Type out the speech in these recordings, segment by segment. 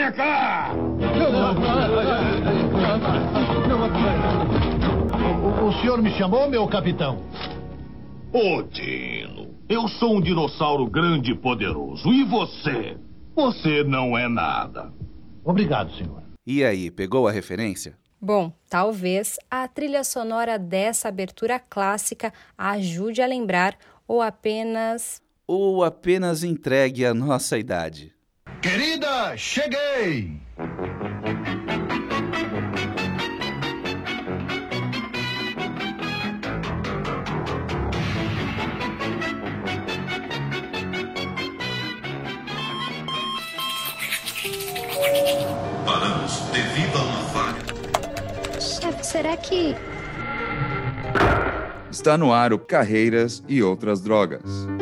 Venha cá! O senhor me chamou, meu capitão? Ô, Dino, eu sou um dinossauro grande e poderoso. E você? Você não é nada. Obrigado, senhor. E aí, pegou a referência? Bom, talvez a trilha sonora dessa abertura clássica ajude a lembrar ou apenas entregue a nossa idade. Querida, cheguei! Paramos devido a uma falha. Chefe, será que... Está no ar o Carreiras e Outras Drogas.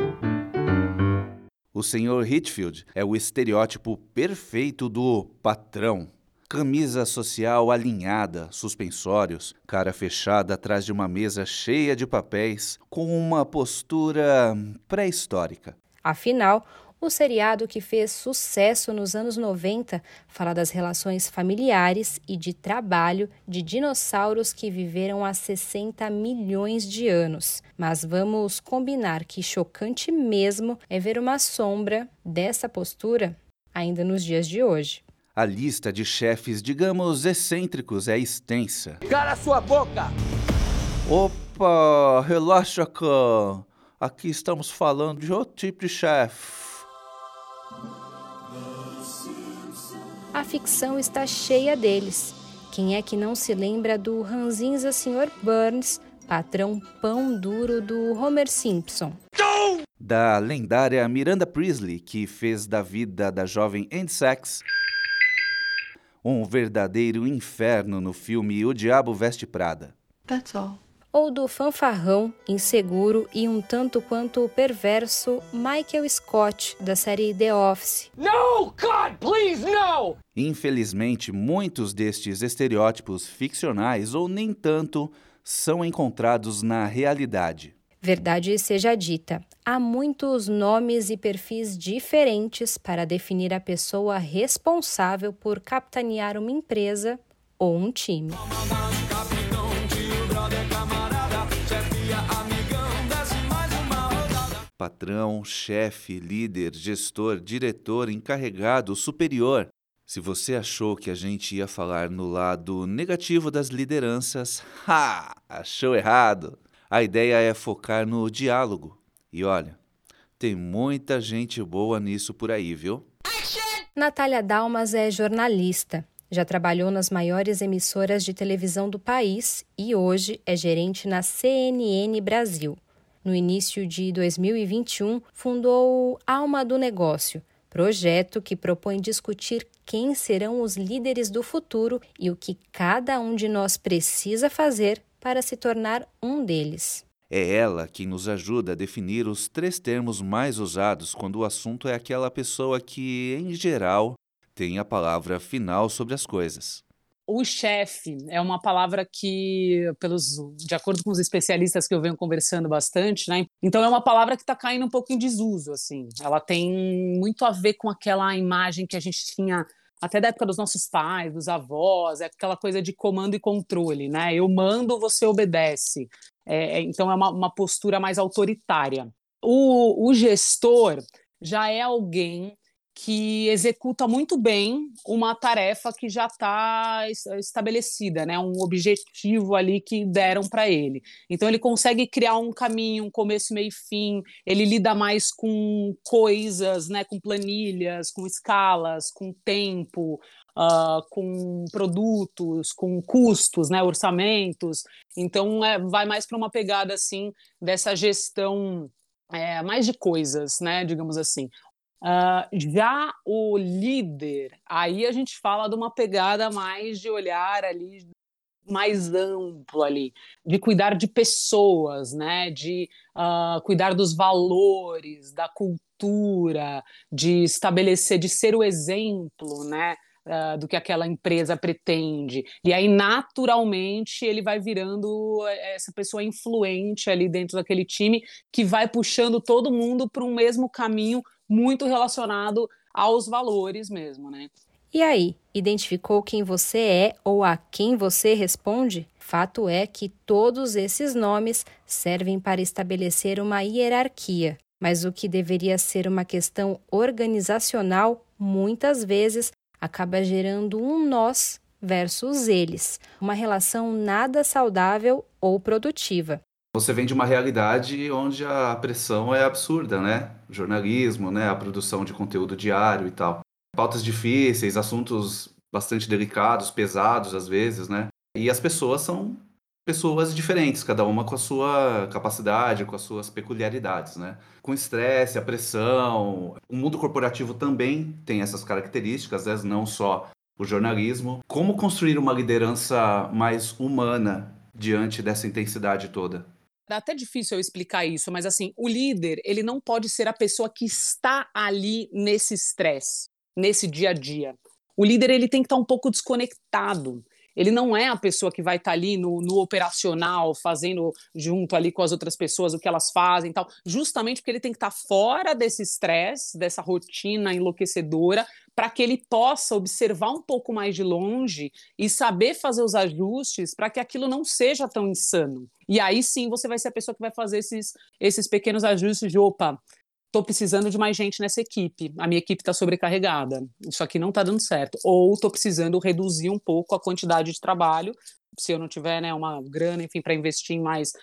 O Sr. Hitfield é o estereótipo perfeito do patrão. Camisa social alinhada, suspensórios, cara fechada atrás de uma mesa cheia de papéis, com uma postura pré-histórica. Afinal, o seriado que fez sucesso nos anos 90 fala das relações familiares e de trabalho de dinossauros que viveram há 60 milhões de anos. Mas vamos combinar que chocante mesmo é ver uma sombra dessa postura ainda nos dias de hoje. A lista de chefes, digamos, excêntricos é extensa. Cala sua boca! Opa, relaxa, Khan. Aqui estamos falando de outro tipo de chefe. A ficção está cheia deles. Quem é que não se lembra do ranzinza Sr. Burns, patrão pão duro do Homer Simpson? Da lendária Miranda Priestly, que fez da vida da jovem Anne Sachs um verdadeiro inferno no filme O Diabo Veste Prada. That's all. Ou do fanfarrão, inseguro e um tanto quanto perverso Michael Scott, da série The Office. No, God, please, no! Infelizmente, muitos destes estereótipos ficcionais, ou nem tanto, são encontrados na realidade. Verdade seja dita, há muitos nomes e perfis diferentes para definir a pessoa responsável por capitanear uma empresa ou um time. Patrão, chefe, líder, gestor, diretor, encarregado, superior. Se você achou que a gente ia falar no lado negativo das lideranças, achou errado. A ideia é focar no diálogo. E olha, tem muita gente boa nisso por aí, viu? Natália Dalmas é jornalista. Já trabalhou nas maiores emissoras de televisão do país e hoje é gerente na CNN Brasil. No início de 2021, fundou o Alma do Negócio, projeto que propõe discutir quem serão os líderes do futuro e o que cada um de nós precisa fazer para se tornar um deles. É ela quem nos ajuda a definir os 3 termos mais usados quando o assunto é aquela pessoa que, em geral, tem a palavra final sobre as coisas. O chefe é uma palavra que, de acordo com os especialistas que eu venho conversando bastante, né? Então é uma palavra que está caindo um pouco em desuso, assim. Ela tem muito a ver com aquela imagem que a gente tinha até da época dos nossos pais, dos avós, é aquela coisa de comando e controle, né? Eu mando, você obedece. Então é uma postura mais autoritária. O gestor já é alguém que executa muito bem uma tarefa que já está estabelecida, né? Um objetivo ali que deram para ele. Então ele consegue criar um caminho, um começo, meio e fim, ele lida mais com coisas, né? Com planilhas, com escalas, com tempo, com produtos, com custos, né? Orçamentos. Então vai mais para uma pegada assim, dessa gestão mais de coisas, né? Digamos assim. Já o líder, aí a gente fala de uma pegada mais de olhar ali, mais amplo ali, de cuidar de pessoas, né? De cuidar dos valores, da cultura, de estabelecer, de ser o exemplo, né? Do que aquela empresa pretende. E aí, naturalmente, ele vai virando essa pessoa influente ali dentro daquele time que vai puxando todo mundo para um mesmo caminho muito relacionado aos valores mesmo, né? E aí, identificou quem você é ou a quem você responde? Fato é que todos esses nomes servem para estabelecer uma hierarquia, mas o que deveria ser uma questão organizacional, muitas vezes acaba gerando um nós versus eles, uma relação nada saudável ou produtiva. Você vem de uma realidade onde a pressão é absurda, né? O jornalismo, né? A produção de conteúdo diário e tal. Pautas difíceis, assuntos bastante delicados, pesados às vezes, né? E as pessoas são pessoas diferentes, cada uma com a sua capacidade, com as suas peculiaridades, né? Com estresse, a pressão, o mundo corporativo também tem essas características, né? Não só o jornalismo. Como construir uma liderança mais humana diante dessa intensidade toda? É até difícil eu explicar isso, mas assim, o líder, ele não pode ser a pessoa que está ali nesse estresse, nesse dia a dia. O líder, ele tem que estar um pouco desconectado. Ele não é a pessoa que vai estar ali no operacional, fazendo junto ali com as outras pessoas o que elas fazem e tal, justamente porque ele tem que estar fora desse estresse, dessa rotina enlouquecedora, para que ele possa observar um pouco mais de longe e saber fazer os ajustes para que aquilo não seja tão insano. E aí sim você vai ser a pessoa que vai fazer esses pequenos ajustes de opa, estou precisando de mais gente nessa equipe, a minha equipe está sobrecarregada, isso aqui não está dando certo, ou estou precisando reduzir um pouco a quantidade de trabalho, se eu não tiver, né, uma grana, enfim, para investir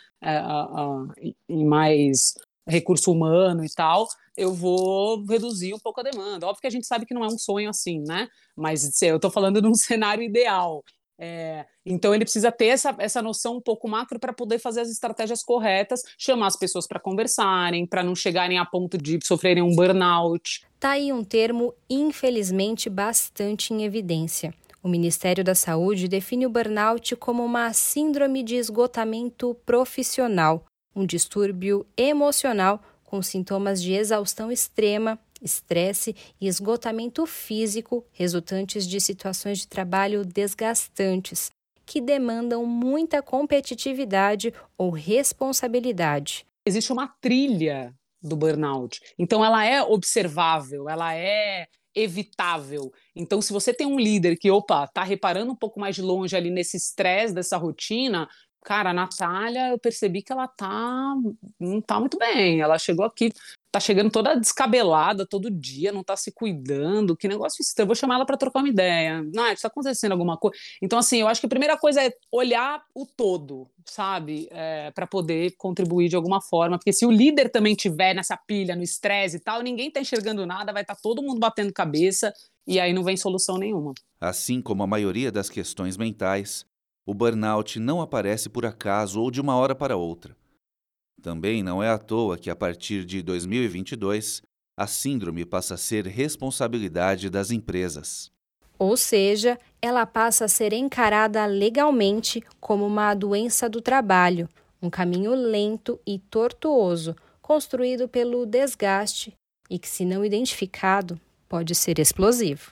em mais recurso humano e tal, eu vou reduzir um pouco a demanda. Óbvio que a gente sabe que não é um sonho assim, né? Mas eu estou falando de um cenário ideal. Então ele precisa ter essa noção um pouco macro para poder fazer as estratégias corretas, chamar as pessoas para conversarem, para não chegarem a ponto de sofrerem um burnout. Tá aí um termo, infelizmente, bastante em evidência. O Ministério da Saúde define o burnout como uma síndrome de esgotamento profissional, um distúrbio emocional com sintomas de exaustão extrema, estresse e esgotamento físico resultantes de situações de trabalho desgastantes, que demandam muita competitividade ou responsabilidade. Existe uma trilha do burnout, então ela é observável, ela é evitável. Então, se você tem um líder que, tá reparando um pouco mais de longe ali nesse estresse dessa rotina, cara, a Natália, eu percebi que ela não tá muito bem. Ela chegou aqui, tá chegando toda descabelada todo dia, não tá se cuidando. Que negócio estranho. Eu vou chamar ela para trocar uma ideia. Nath, tá acontecendo alguma coisa? Então, assim, eu acho que a primeira coisa é olhar o todo, sabe? Para poder contribuir de alguma forma. Porque se o líder também tiver nessa pilha, no estresse e tal, ninguém tá enxergando nada, vai estar todo mundo batendo cabeça e aí não vem solução nenhuma. Assim como a maioria das questões mentais, o burnout não aparece por acaso ou de uma hora para outra. Também não é à toa que, a partir de 2022, a síndrome passa a ser responsabilidade das empresas. Ou seja, ela passa a ser encarada legalmente como uma doença do trabalho, um caminho lento e tortuoso, construído pelo desgaste e que, se não identificado, pode ser explosivo.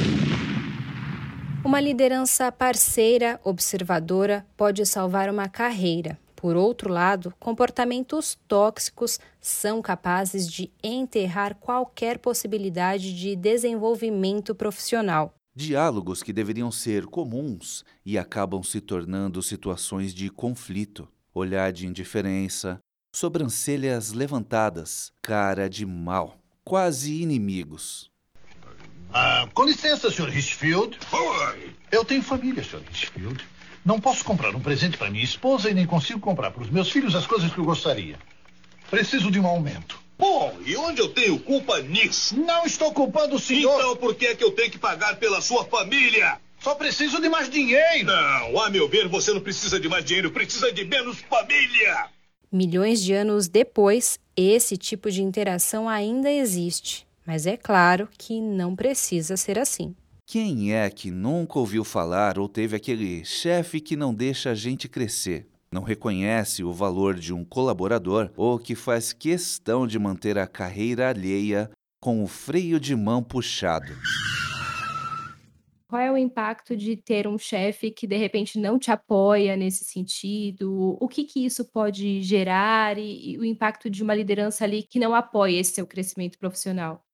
Uma liderança parceira, observadora, pode salvar uma carreira. Por outro lado, comportamentos tóxicos são capazes de enterrar qualquer possibilidade de desenvolvimento profissional. Diálogos que deveriam ser comuns e acabam se tornando situações de conflito, olhar de indiferença, sobrancelhas levantadas, cara de mal, quase inimigos. Com licença, Sr. Richfield. Eu tenho família, Sr. Richfield. Não posso comprar um presente para minha esposa e nem consigo comprar para os meus filhos as coisas que eu gostaria. Preciso de um aumento. Bom, e onde eu tenho culpa nisso? Não estou culpando o senhor. Então por que é que eu tenho que pagar pela sua família? Só preciso de mais dinheiro. Não, a meu ver, você não precisa de mais dinheiro, precisa de menos família. Milhões de anos depois, esse tipo de interação ainda existe. Mas é claro que não precisa ser assim. Quem é que nunca ouviu falar ou teve aquele chefe que não deixa a gente crescer? Não reconhece o valor de um colaborador ou que faz questão de manter a carreira alheia com o freio de mão puxado? Qual é o impacto de ter um chefe que de repente não te apoia nesse sentido? O que isso pode gerar e o impacto de uma liderança ali que não apoia esse seu crescimento profissional?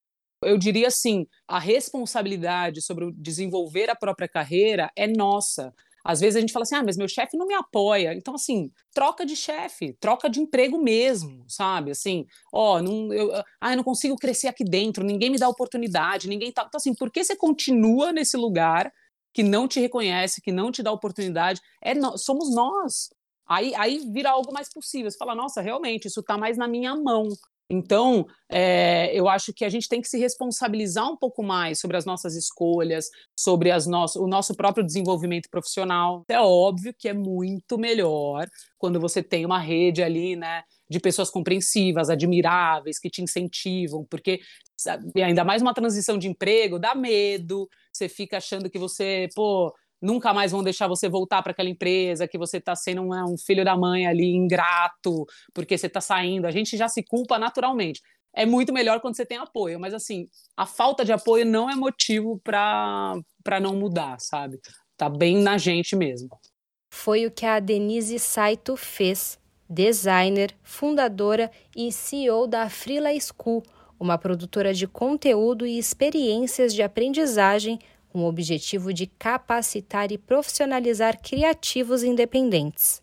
Eu diria assim, a responsabilidade sobre o desenvolver a própria carreira é nossa. Às vezes a gente fala assim, mas meu chefe não me apoia. Então, assim, troca de chefe, troca de emprego mesmo, sabe? Assim, eu não consigo crescer aqui dentro, ninguém me dá oportunidade, ninguém tá. Então, assim, por que você continua nesse lugar que não te reconhece, que não te dá oportunidade? Somos nós. Aí vira algo mais possível. Você fala, nossa, realmente, isso está mais na minha mão. Então, eu acho que a gente tem que se responsabilizar um pouco mais sobre as nossas escolhas, sobre o nosso próprio desenvolvimento profissional. É óbvio que é muito melhor quando você tem uma rede ali, né, de pessoas compreensivas, admiráveis, que te incentivam, porque ainda mais uma transição de emprego, dá medo, você fica achando que você, nunca mais vão deixar você voltar para aquela empresa, que você está sendo um filho da mãe ali, ingrato, porque você está saindo. A gente já se culpa naturalmente. É muito melhor quando você tem apoio, mas assim, a falta de apoio não é motivo para não mudar, sabe? Tá bem na gente mesmo. Foi o que a Denise Saito fez, designer, fundadora e CEO da Freela School, uma produtora de conteúdo e experiências de aprendizagem com o objetivo de capacitar e profissionalizar criativos independentes.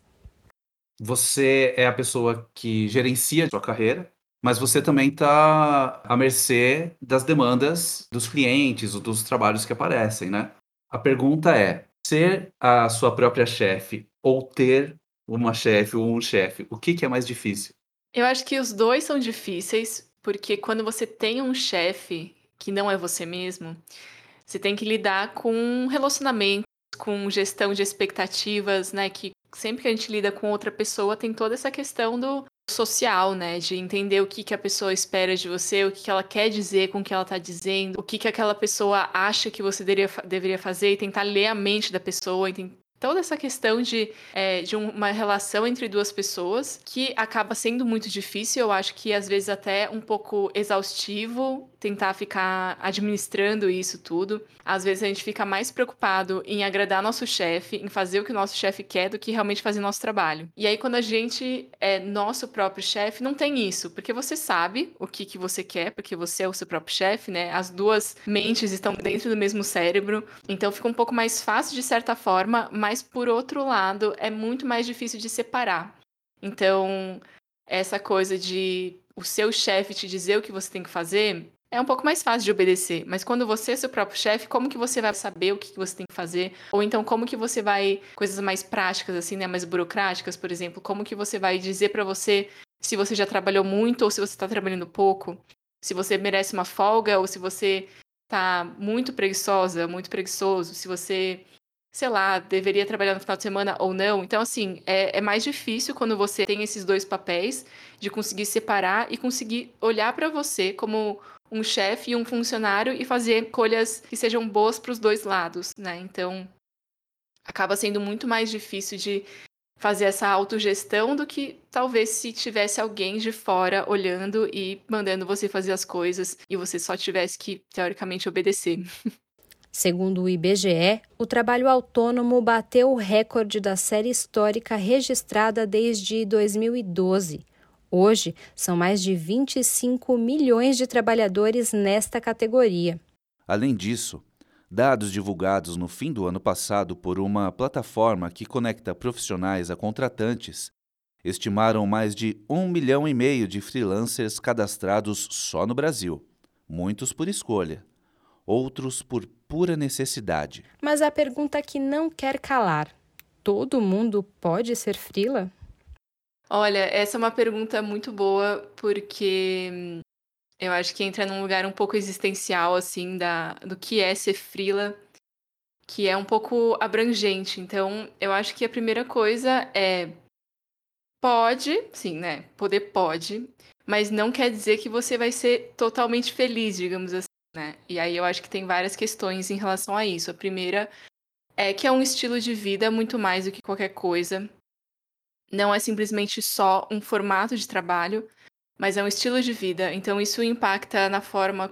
Você é a pessoa que gerencia a sua carreira, mas você também está à mercê das demandas dos clientes ou dos trabalhos que aparecem, né? A pergunta é, ser a sua própria chefe ou ter uma chefe ou um chefe, o que é mais difícil? Eu acho que os dois são difíceis, porque quando você tem um chefe que não é você mesmo, você tem que lidar com relacionamento, com gestão de expectativas, né? Que sempre que a gente lida com outra pessoa, tem toda essa questão do social, né? De entender o que a pessoa espera de você, o que ela quer dizer com o que ela tá dizendo, o que aquela pessoa acha que você deveria fazer e tentar ler a mente da pessoa, toda essa questão de uma relação entre duas pessoas que acaba sendo muito difícil. Eu acho que às vezes até um pouco exaustivo tentar ficar administrando isso tudo. Às vezes a gente fica mais preocupado em agradar nosso chefe, em fazer o que o nosso chefe quer, do que realmente fazer nosso trabalho. E aí quando a gente é nosso próprio chefe, não tem isso, porque você sabe o que você quer, porque você é o seu próprio chefe, né? As duas mentes estão dentro do mesmo cérebro, então fica um pouco mais fácil de certa forma, mas por outro lado é muito mais difícil de separar. Então, essa coisa de o seu chefe te dizer o que você tem que fazer é um pouco mais fácil de obedecer, mas quando você é seu próprio chefe, como que você vai saber o que você tem que fazer? Ou então, como que você vai... Coisas mais práticas, assim, né? Mais burocráticas, por exemplo. Como que você vai dizer pra você se você já trabalhou muito ou se você tá trabalhando pouco? Se você merece uma folga ou se você tá muito preguiçosa, muito preguiçoso? Se você, sei lá, deveria trabalhar no final de semana ou não? Então, assim, é mais difícil quando você tem esses dois papéis de conseguir separar e conseguir olhar pra você como um chefe e um funcionário e fazer escolhas que sejam boas para os dois lados, né? Então, acaba sendo muito mais difícil de fazer essa autogestão do que talvez se tivesse alguém de fora olhando e mandando você fazer as coisas e você só tivesse que, teoricamente, obedecer. Segundo o IBGE, o trabalho autônomo bateu o recorde da série histórica registrada desde 2012. Hoje, são mais de 25 milhões de trabalhadores nesta categoria. Além disso, dados divulgados no fim do ano passado por uma plataforma que conecta profissionais a contratantes estimaram mais de 1,5 milhão de freelancers cadastrados só no Brasil. Muitos por escolha, outros por pura necessidade. Mas a pergunta que não quer calar: todo mundo pode ser freela? Olha, essa é uma pergunta muito boa, porque eu acho que entra num lugar um pouco existencial, assim, do que é ser freela, que é um pouco abrangente. Então, eu acho que a primeira coisa é, pode, sim, né? Poder pode, mas não quer dizer que você vai ser totalmente feliz, digamos assim, né? E aí eu acho que tem várias questões em relação a isso. A primeira é que é um estilo de vida muito mais do que qualquer coisa. Não é simplesmente só um formato de trabalho, mas é um estilo de vida. Então, isso impacta na forma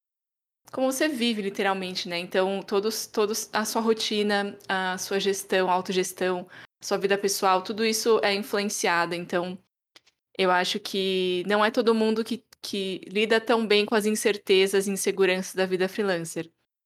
como você vive, literalmente, né? Então, todos a sua rotina, a sua gestão, a autogestão, a sua vida pessoal, tudo isso é influenciado. Então, eu acho que não é todo mundo que que lida tão bem com as incertezas e inseguranças da vida freelancer.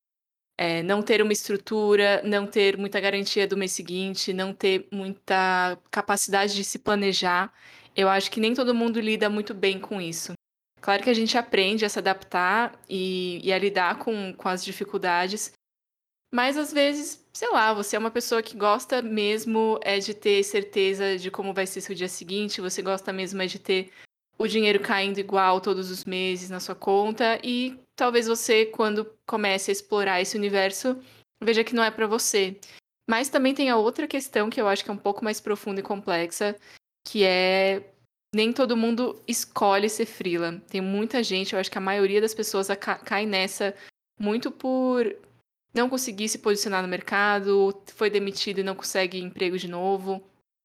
Não ter uma estrutura, não ter muita garantia do mês seguinte, não ter muita capacidade de se planejar. Eu acho que nem todo mundo lida muito bem com isso. Claro que a gente aprende a se adaptar e a lidar com as dificuldades, mas às vezes, sei lá, você é uma pessoa que gosta mesmo de ter certeza de como vai ser seu dia seguinte, você gosta mesmo de ter o dinheiro caindo igual todos os meses na sua conta, e talvez você, quando comece a explorar esse universo, veja que não é para você. Mas também tem a outra questão que eu acho que é um pouco mais profunda e complexa, que é nem todo mundo escolhe ser freela. Tem muita gente, eu acho que a maioria das pessoas cai nessa muito por não conseguir se posicionar no mercado, foi demitido e não consegue emprego de novo.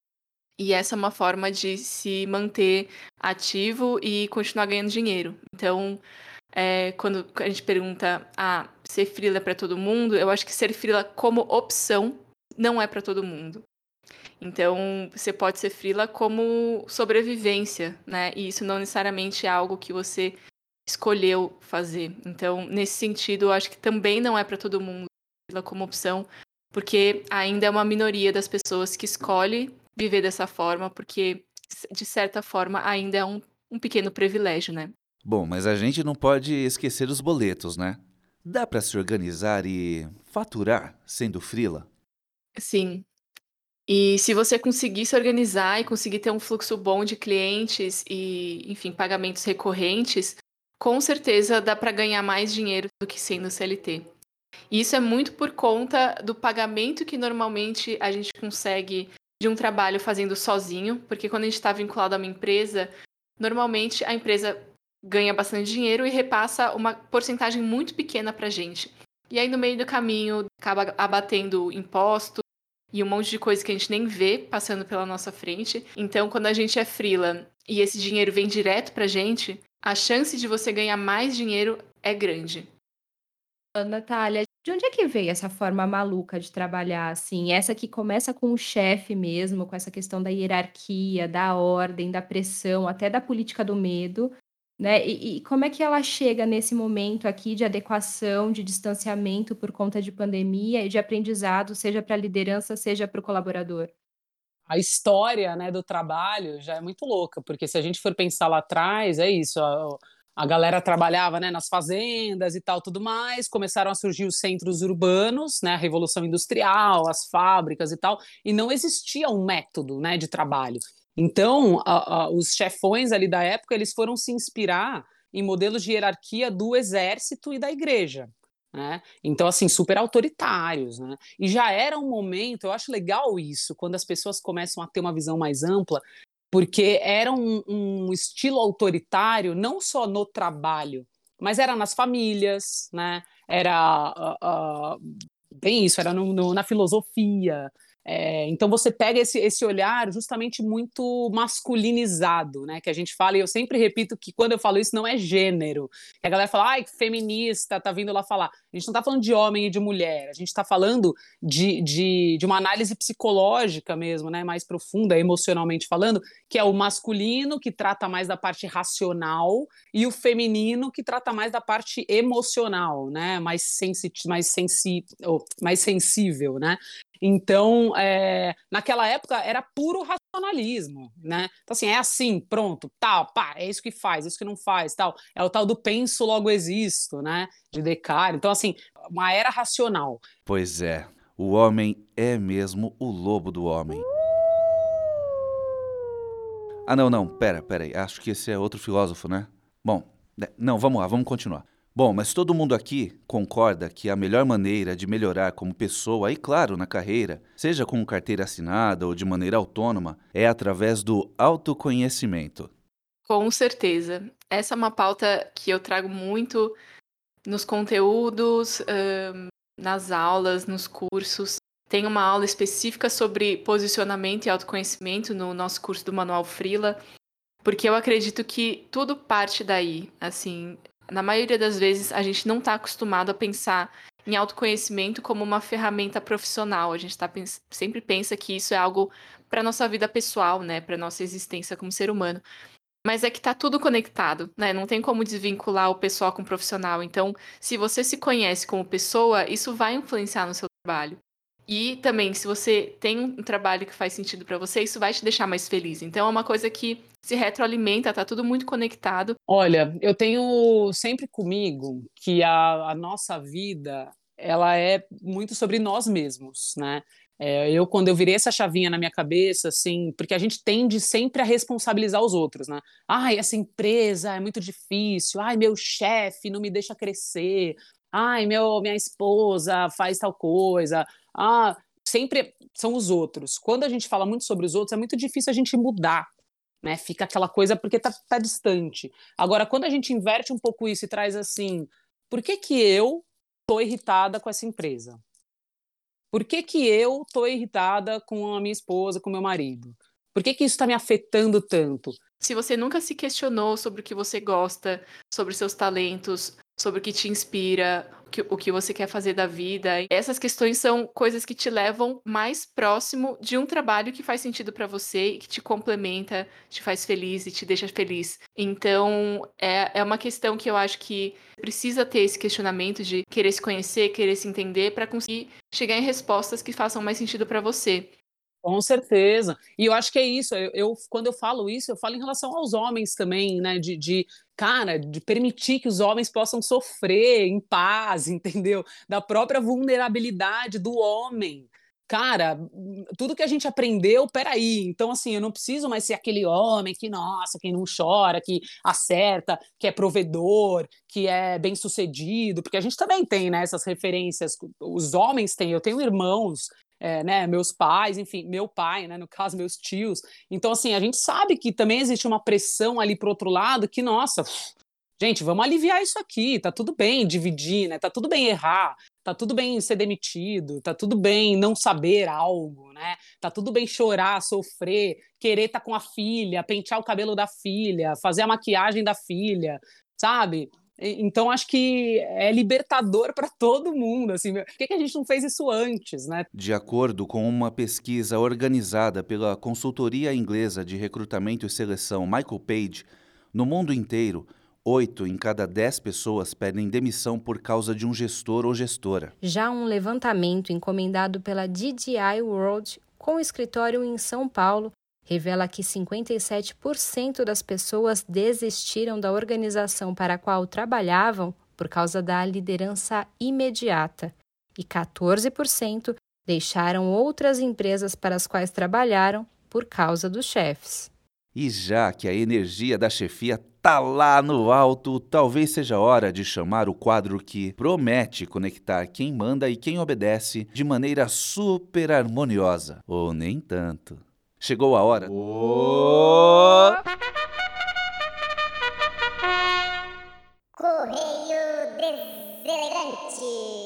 E essa é uma forma de se manter ativo e continuar ganhando dinheiro. Então, quando a gente pergunta, ser freela é para todo mundo, eu acho que ser freela como opção não é para todo mundo. Então, você pode ser freela como sobrevivência, né? E isso não necessariamente é algo que você escolheu fazer. Então, nesse sentido, eu acho que também não é para todo mundo freela como opção, porque ainda é uma minoria das pessoas que escolhe viver dessa forma, porque, de certa forma, ainda é um pequeno privilégio, né? Bom, mas a gente não pode esquecer os boletos, né? Dá para se organizar e faturar sendo freela? Sim. E se você conseguir se organizar e conseguir ter um fluxo bom de clientes e, enfim, pagamentos recorrentes, com certeza dá para ganhar mais dinheiro do que sendo CLT. E isso é muito por conta do pagamento que normalmente a gente consegue de um trabalho fazendo sozinho, porque quando a gente está vinculado a uma empresa, normalmente a empresa ganha bastante dinheiro e repassa uma porcentagem muito pequena para a gente. E aí, no meio do caminho, acaba abatendo impostos e um monte de coisa que a gente nem vê passando pela nossa frente. Então, quando a gente é freela e esse dinheiro vem direto para a gente, a chance de você ganhar mais dinheiro é grande. Natália, de onde é que veio essa forma maluca de trabalhar, assim? Essa que começa com o chefe mesmo, com essa questão da hierarquia, da ordem, da pressão, até da política do medo, né? E como é que ela chega nesse momento aqui de adequação, de distanciamento por conta de pandemia e de aprendizado, seja para a liderança, seja para o colaborador? A história, né, do trabalho já é muito louca, porque se a gente for pensar lá atrás, é isso, a galera trabalhava, né, nas fazendas e tal, tudo mais, começaram a surgir os centros urbanos, né, a Revolução Industrial, as fábricas e tal, e não existia um método, né, de trabalho. Então, os chefões ali da época, eles foram se inspirar em modelos de hierarquia do exército e da igreja, né? Então, assim, super autoritários, né? E já era um momento, eu acho legal isso, quando as pessoas começam a ter uma visão mais ampla, porque era um estilo autoritário não só no trabalho, mas era nas famílias, né? Era bem isso, era na filosofia. Então você pega esse olhar justamente muito masculinizado, né? Que a gente fala, e eu sempre repito que quando eu falo isso não é gênero. Que a galera fala, ai, que feminista, tá vindo lá falar. A gente não tá falando de homem e de mulher, a gente tá falando de uma análise psicológica mesmo, né? Mais profunda, emocionalmente falando, que é o masculino que trata mais da parte racional e o feminino que trata mais da parte emocional, né? Mais sensível, né? Então, naquela época era puro racionalismo, né? Então, assim, é assim, pronto, tal, pá, é isso que faz, isso que não faz, tal. É o tal do penso, logo existo, né? De Descartes. Então, assim, uma era racional. Pois é, o homem é mesmo o lobo do homem. Ah, não, pera aí, acho que esse é outro filósofo, né? Bom, não, vamos lá, vamos continuar. Bom, mas todo mundo aqui concorda que a melhor maneira de melhorar como pessoa e, claro, na carreira, seja com carteira assinada ou de maneira autônoma, é através do autoconhecimento. Com certeza. Essa é uma pauta que eu trago muito nos conteúdos, nas aulas, nos cursos. Tem uma aula específica sobre posicionamento e autoconhecimento no nosso curso do Manual Freela, porque eu acredito que tudo parte daí, assim. Na maioria das vezes, a gente não está acostumado a pensar em autoconhecimento como uma ferramenta profissional. A gente sempre pensa que isso é algo para a nossa vida pessoal, né? Para a nossa existência como ser humano. Mas é que tá tudo conectado, né? Não tem como desvincular o pessoal com o profissional. Então, se você se conhece como pessoa, isso vai influenciar no seu trabalho. E também, se você tem um trabalho que faz sentido pra você, isso vai te deixar mais feliz. Então, é uma coisa que se retroalimenta, tá tudo muito conectado. Olha, eu tenho sempre comigo que a nossa vida, ela é muito sobre nós mesmos, né? Quando eu virei essa chavinha na minha cabeça, assim, porque a gente tende sempre a responsabilizar os outros, né? Ai, essa empresa é muito difícil. Ai, meu chefe não me deixa crescer. Ai, minha esposa faz tal coisa. Ah, sempre são os outros. Quando a gente fala muito sobre os outros, é muito difícil a gente mudar, né? Fica aquela coisa porque tá distante. Agora, quando a gente inverte um pouco isso e traz assim, por que que eu tô irritada com essa empresa? Por que que eu tô irritada com a minha esposa, com o meu marido? Por que que isso está me afetando tanto? Se você nunca se questionou sobre o que você gosta, sobre os seus talentos, sobre o que te inspira, o que você quer fazer da vida, essas questões são coisas que te levam mais próximo de um trabalho que faz sentido pra você e que te complementa, te faz feliz e te deixa feliz. Então, é uma questão que eu acho que precisa ter esse questionamento de querer se conhecer, querer se entender pra conseguir chegar em respostas que façam mais sentido pra você. Com certeza. E eu acho que é isso. Quando eu falo isso, eu falo em relação aos homens também, né? Cara, de permitir que os homens possam sofrer em paz, entendeu? Da própria vulnerabilidade do homem. Cara, tudo que a gente aprendeu, peraí. Então, assim, eu não preciso mais ser aquele homem que, nossa, que não chora, que acerta, que é provedor, que é bem-sucedido, porque a gente também tem, né, essas referências. Os homens têm, eu tenho irmãos, né, meus pais, enfim, meu pai, né, no caso, meus tios. Então, assim, a gente sabe que também existe uma pressão ali pro outro lado que, nossa, gente, vamos aliviar isso aqui, tá tudo bem dividir, né, tá tudo bem errar, tá tudo bem ser demitido, tá tudo bem não saber algo, né, tá tudo bem chorar, sofrer, querer estar com a filha, pentear o cabelo da filha, fazer a maquiagem da filha, sabe? Então, acho que é libertador para todo mundo. Assim, por que a gente não fez isso antes, né? De acordo com uma pesquisa organizada pela consultoria inglesa de recrutamento e seleção Michael Page, no mundo inteiro, 8 em cada 10 pessoas pedem demissão por causa de um gestor ou gestora. Já um levantamento encomendado pela DDI World, com escritório em São Paulo, revela que 57% das pessoas desistiram da organização para a qual trabalhavam por causa da liderança imediata e 14% deixaram outras empresas para as quais trabalharam por causa dos chefes. E já que a energia da chefia tá lá no alto, talvez seja hora de chamar o quadro que promete conectar quem manda e quem obedece de maneira super harmoniosa, ou nem tanto. Chegou a hora. Correio Deselegante.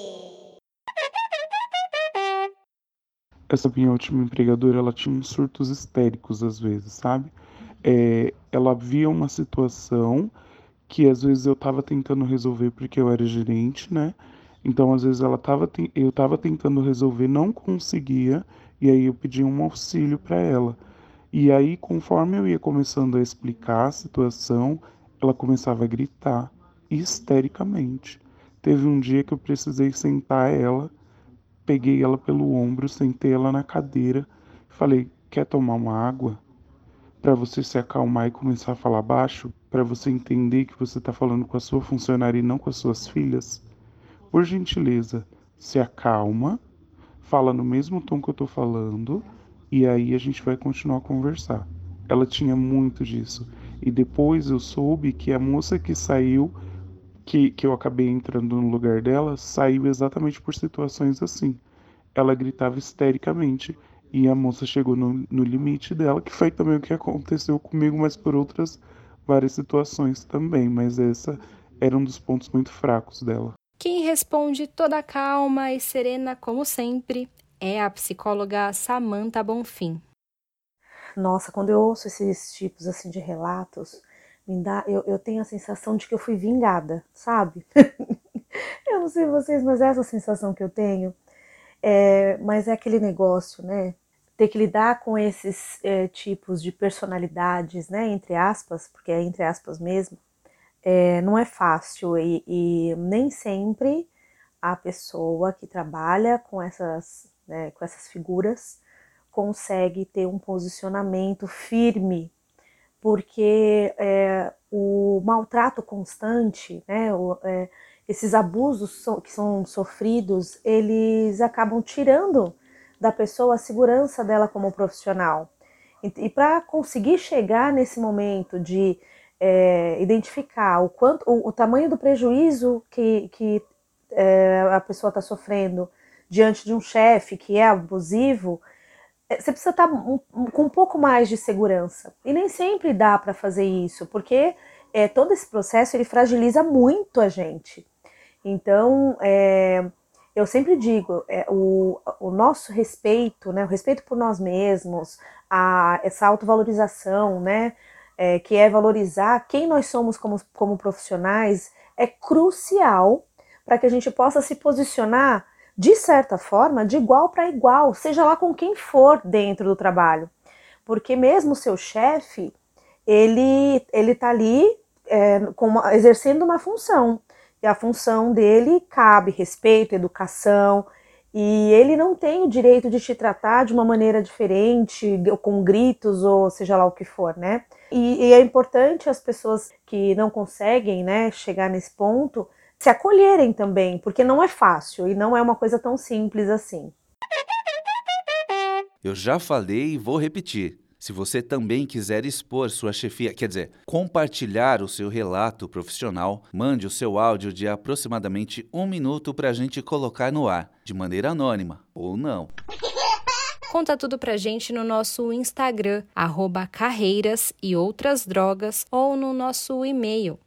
Essa minha última empregadora, ela tinha uns surtos histéricos às vezes, sabe? Ela via uma situação que às vezes eu estava tentando resolver porque eu era gerente, né? Então, às vezes eu estava tentando resolver, não conseguia, e aí eu pedi um auxílio para ela. E aí, conforme eu ia começando a explicar a situação, ela começava a gritar histericamente. Teve um dia que eu precisei sentar ela, peguei ela pelo ombro, sentei ela na cadeira, falei: quer tomar uma água? Para você se acalmar e começar a falar baixo, para você entender que você está falando com a sua funcionária e não com as suas filhas. Por gentileza, se acalma, fala no mesmo tom que eu estou falando, e aí a gente vai continuar a conversar. Ela tinha muito disso. E depois eu soube que a moça que saiu, que eu acabei entrando no lugar dela, saiu exatamente por situações assim. Ela gritava histericamente e a moça chegou no limite dela, que foi também o que aconteceu comigo, mas por outras várias situações também. Mas essa era um dos pontos muito fracos dela. Quem responde toda calma e serena, como sempre, é a psicóloga Samantha Bonfim. Nossa, quando eu ouço esses tipos assim de relatos, eu tenho a sensação de que eu fui vingada, sabe? Eu não sei vocês, mas é essa sensação que eu tenho. Mas é aquele negócio, né? ter que lidar com esses tipos de personalidades, né, entre aspas, porque é entre aspas mesmo, não é fácil e nem sempre a pessoa que trabalha com essas figuras consegue ter um posicionamento firme, porque o maltrato constante, né, esses abusos que são sofridos, eles acabam tirando da pessoa a segurança dela como profissional. E para conseguir chegar nesse momento de identificar o tamanho do prejuízo que a pessoa está sofrendo diante de um chefe que é abusivo, você precisa estar com um pouco mais de segurança. E nem sempre dá para fazer isso, porque todo esse processo ele fragiliza muito a gente. Então, eu sempre digo, o nosso respeito, né, o respeito por nós mesmos, essa autovalorização, né, que é valorizar quem nós somos como profissionais, é crucial para que a gente possa se posicionar de certa forma, de igual para igual, seja lá com quem for dentro do trabalho. Porque mesmo o seu chefe, ele tá ali exercendo uma função. E a função dele cabe respeito, educação, e ele não tem o direito de te tratar de uma maneira diferente, com gritos ou seja lá o que for, né? E é importante as pessoas que não conseguem, né, chegar nesse ponto, se acolherem também, porque não é fácil e não é uma coisa tão simples assim. Eu já falei e vou repetir. Se você também quiser expor sua chefia, quer dizer, compartilhar o seu relato profissional, mande o seu áudio de aproximadamente 1 minuto para a gente colocar no ar, de maneira anônima ou não. Conta tudo pra gente no nosso Instagram, @carreiras e outras drogas, ou no nosso e-mail,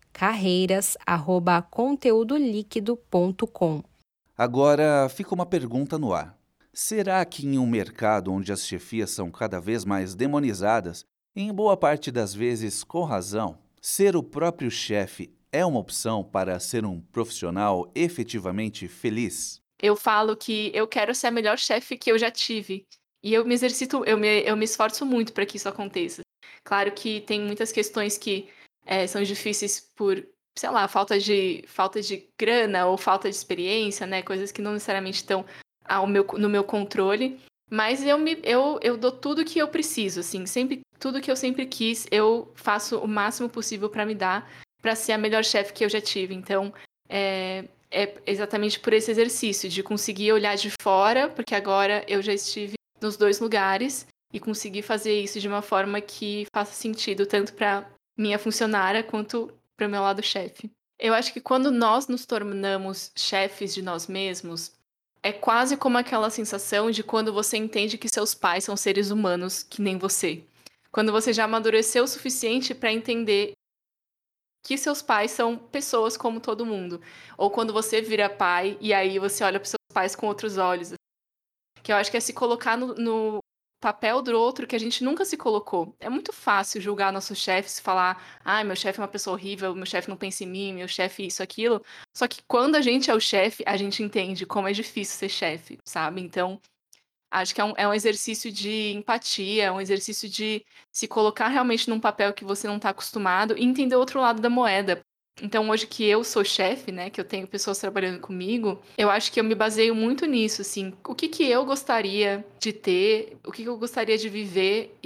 carreiras@conteudoliquido.com. Agora, fica uma pergunta no ar. Será que em um mercado onde as chefias são cada vez mais demonizadas, em boa parte das vezes com razão, ser o próprio chefe é uma opção para ser um profissional efetivamente feliz? Eu falo que eu quero ser a melhor chefe que eu já tive. E eu me exercito, eu me esforço muito para que isso aconteça. Claro que tem muitas questões que são difíceis por, sei lá, falta de grana ou falta de experiência, né? Coisas que não necessariamente estão no meu controle. Mas eu dou tudo que eu preciso, assim. Tudo que eu sempre quis, eu faço o máximo possível para me dar, para ser a melhor chefe que eu já tive. Então, é exatamente por esse exercício, de conseguir olhar de fora, porque agora eu já estive nos 2 lugares e consegui fazer isso de uma forma que faça sentido tanto para minha funcionária quanto para o meu lado chefe. Eu acho que quando nós nos tornamos chefes de nós mesmos, é quase como aquela sensação de quando você entende que seus pais são seres humanos que nem você. Quando você já amadureceu o suficiente para entender que seus pais são pessoas como todo mundo. Ou quando você vira pai e aí você olha para seus pais com outros olhos. Que eu acho que é se colocar no papel do outro que a gente nunca se colocou. É muito fácil julgar nossos chefes, falar, meu chefe é uma pessoa horrível, meu chefe não pensa em mim, meu chefe isso, aquilo. Só que quando a gente é o chefe, a gente entende como é difícil ser chefe, sabe? Então, acho que é um exercício de empatia, é um exercício de se colocar realmente num papel que você não está acostumado e entender o outro lado da moeda. Então, hoje que eu sou chefe, né, que eu tenho pessoas trabalhando comigo, eu acho que eu me baseio muito nisso, assim, o que eu gostaria de ter, o que eu gostaria de viver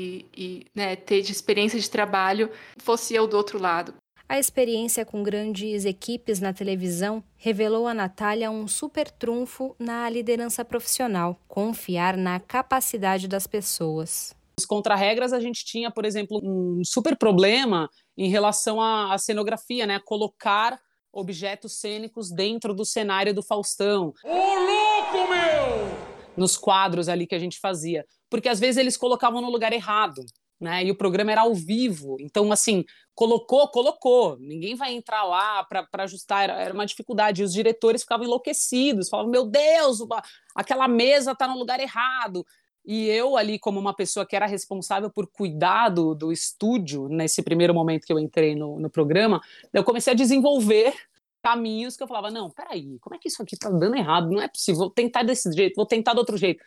e né, ter de experiência de trabalho, fosse eu do outro lado. A experiência com grandes equipes na televisão revelou a Natália um super trunfo na liderança profissional, confiar na capacidade das pessoas. Os contra-regras, a gente tinha, por exemplo, um super problema em relação à cenografia, né? Colocar objetos cênicos dentro do cenário do Faustão. Ô, louco, meu! Nos quadros ali que a gente fazia. Porque, às vezes, eles colocavam no lugar errado, né? E o programa era ao vivo. Então, assim, colocou. Ninguém vai entrar lá para ajustar. Era uma dificuldade. E os diretores ficavam enlouquecidos. Falavam, meu Deus, aquela mesa está no lugar errado. E eu ali, como uma pessoa que era responsável por cuidar do estúdio, nesse primeiro momento que eu entrei no programa, eu comecei a desenvolver caminhos que eu falava, não, peraí, como é que isso aqui tá dando errado? Não é possível, vou tentar desse jeito, vou tentar do outro jeito.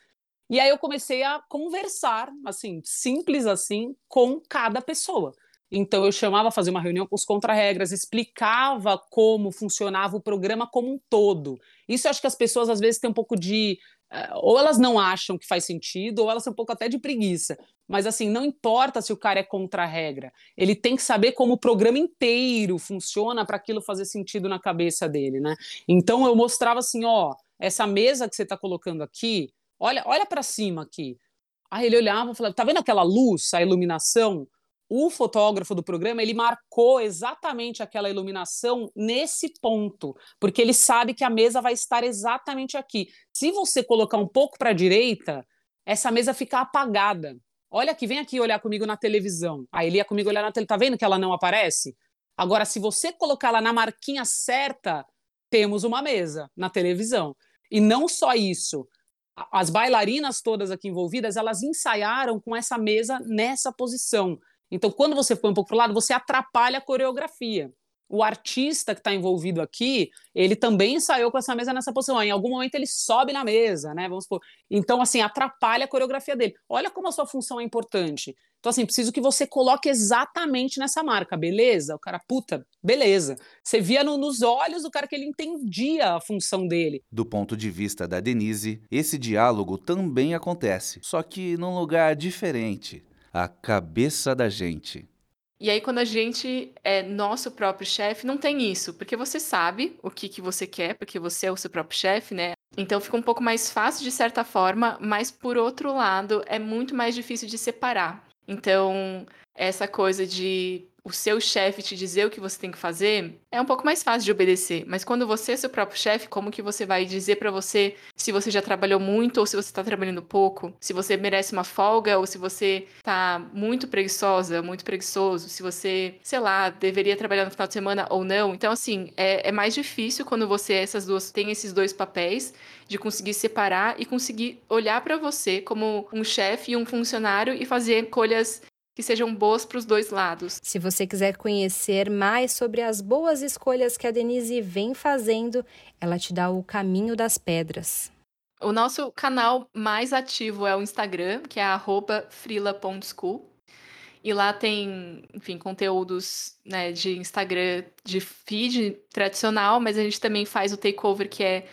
E aí eu comecei a conversar, assim, simples assim, com cada pessoa. Então eu chamava, fazia uma reunião com os contra-regras, explicava como funcionava o programa como um todo. Isso eu acho que as pessoas às vezes têm um pouco de... ou elas não acham que faz sentido, ou elas têm um pouco até de preguiça. Mas assim, não importa se o cara é contra-regra, ele tem que saber como o programa inteiro funciona para aquilo fazer sentido na cabeça dele, né? Então eu mostrava assim, ó, essa mesa que você está colocando aqui, olha para cima aqui. Aí ele olhava e falava, tá vendo aquela luz, a iluminação? O fotógrafo do programa, ele marcou exatamente aquela iluminação nesse ponto, porque ele sabe que a mesa vai estar exatamente aqui. Se você colocar um pouco para a direita, essa mesa fica apagada. Olha aqui, vem aqui olhar comigo na televisão. Aí ele ia comigo olhar na televisão, tá vendo que ela não aparece? Agora, se você colocar ela na marquinha certa, temos uma mesa na televisão. E não só isso, as bailarinas todas aqui envolvidas, elas ensaiaram com essa mesa nessa posição. Então, quando você põe um pouco para o lado, você atrapalha a coreografia. O artista que está envolvido aqui, ele também ensaiou com essa mesa nessa posição. Em algum momento ele sobe na mesa, né? Vamos supor. Então, assim, atrapalha a coreografia dele. Olha como a sua função é importante. Então, assim, preciso que você coloque exatamente nessa marca, beleza? O cara, puta, beleza. Você via nos olhos do cara que ele entendia a função dele. Do ponto de vista da Denise, esse diálogo também acontece, só que num lugar diferente. A cabeça da gente. E aí, quando a gente é nosso próprio chefe, não tem isso, porque você sabe o que você quer, porque você é o seu próprio chefe, né? Então fica um pouco mais fácil de certa forma, mas por outro lado, é muito mais difícil de separar. Então, essa coisa de o seu chefe te dizer o que você tem que fazer, é um pouco mais fácil de obedecer. Mas quando você é seu próprio chefe, como que você vai dizer pra você se você já trabalhou muito ou se você tá trabalhando pouco? Se você merece uma folga ou se você tá muito preguiçosa, muito preguiçoso? Se você, sei lá, deveria trabalhar no final de semana ou não? Então, assim, é mais difícil quando você tem esses dois papéis de conseguir separar e conseguir olhar pra você como um chefe e um funcionário e fazer escolhas que sejam boas para os dois lados. Se você quiser conhecer mais sobre as boas escolhas que a Denise vem fazendo, ela te dá o caminho das pedras. O nosso canal mais ativo é o Instagram, que é @frila.school. E lá tem, enfim, conteúdos, né, de Instagram de feed tradicional, mas a gente também faz o takeover, que é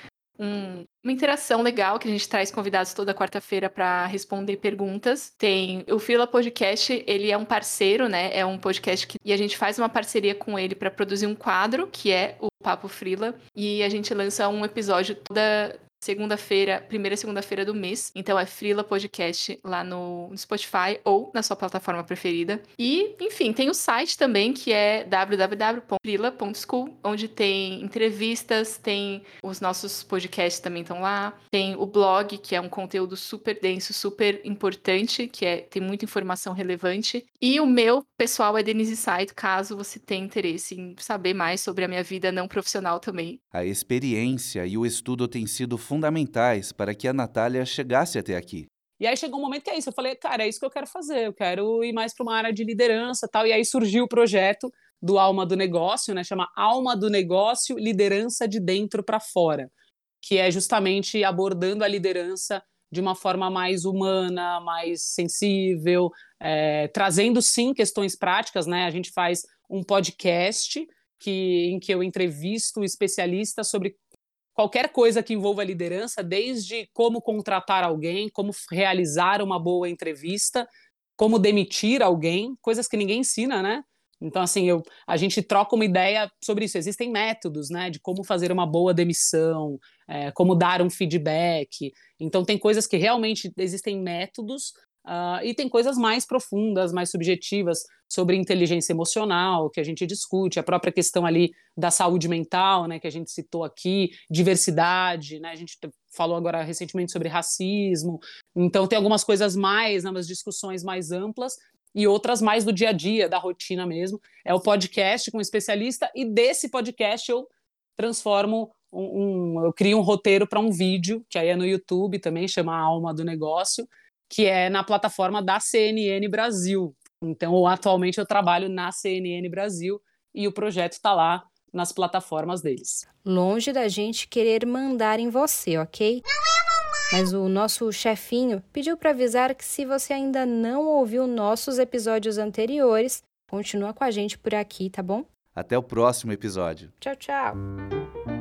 uma interação legal, que a gente traz convidados toda quarta-feira para responder perguntas. Tem o Frila Podcast, ele é um parceiro, né? É um podcast e a gente faz uma parceria com ele para produzir um quadro, que é o Papo Frila, e a gente lança um episódio toda segunda-feira, primeira segunda-feira do mês. Então é Frila Podcast lá no Spotify ou na sua plataforma preferida. E, enfim, tem o site também, que é www.frila.school, onde tem entrevistas, tem os nossos podcasts também estão lá. Tem o blog, que é um conteúdo super denso, super importante, tem muita informação relevante. E o meu pessoal é Denise Saito, caso você tenha interesse em saber mais sobre a minha vida não profissional também. A experiência e o estudo têm sido fundamentais para que a Natália chegasse até aqui. E aí chegou um momento que é isso, eu falei, cara, é isso que eu quero fazer, eu quero ir mais para uma área de liderança e tal, e aí surgiu o projeto do Alma do Negócio, né, chama Alma do Negócio, Liderança de Dentro para Fora, que é justamente abordando a liderança de uma forma mais humana, mais sensível, trazendo sim questões práticas, né, a gente faz um podcast em que eu entrevisto especialistas sobre qualquer coisa que envolva liderança, desde como contratar alguém, como realizar uma boa entrevista, como demitir alguém, coisas que ninguém ensina, né? Então, assim, a gente troca uma ideia sobre isso. Existem métodos, né, de como fazer uma boa demissão, como dar um feedback. Então, tem coisas que realmente existem métodos, e tem coisas mais profundas, mais subjetivas, sobre inteligência emocional, que a gente discute, a própria questão ali da saúde mental, né, que a gente citou aqui, diversidade, né, a gente falou agora recentemente sobre racismo. Então, tem algumas coisas mais, né, umas discussões mais amplas, e outras mais do dia a dia, da rotina mesmo. É o podcast com um especialista, e desse podcast eu transformo eu crio um roteiro para um vídeo, que aí é no YouTube também, chama A Alma do Negócio, que é na plataforma da CNN Brasil. Então, atualmente eu trabalho na CNN Brasil e o projeto está lá nas plataformas deles. Longe da gente querer mandar em você, ok? Mas o nosso chefinho pediu para avisar que se você ainda não ouviu nossos episódios anteriores, continua com a gente por aqui, tá bom? Até o próximo episódio. Tchau, tchau.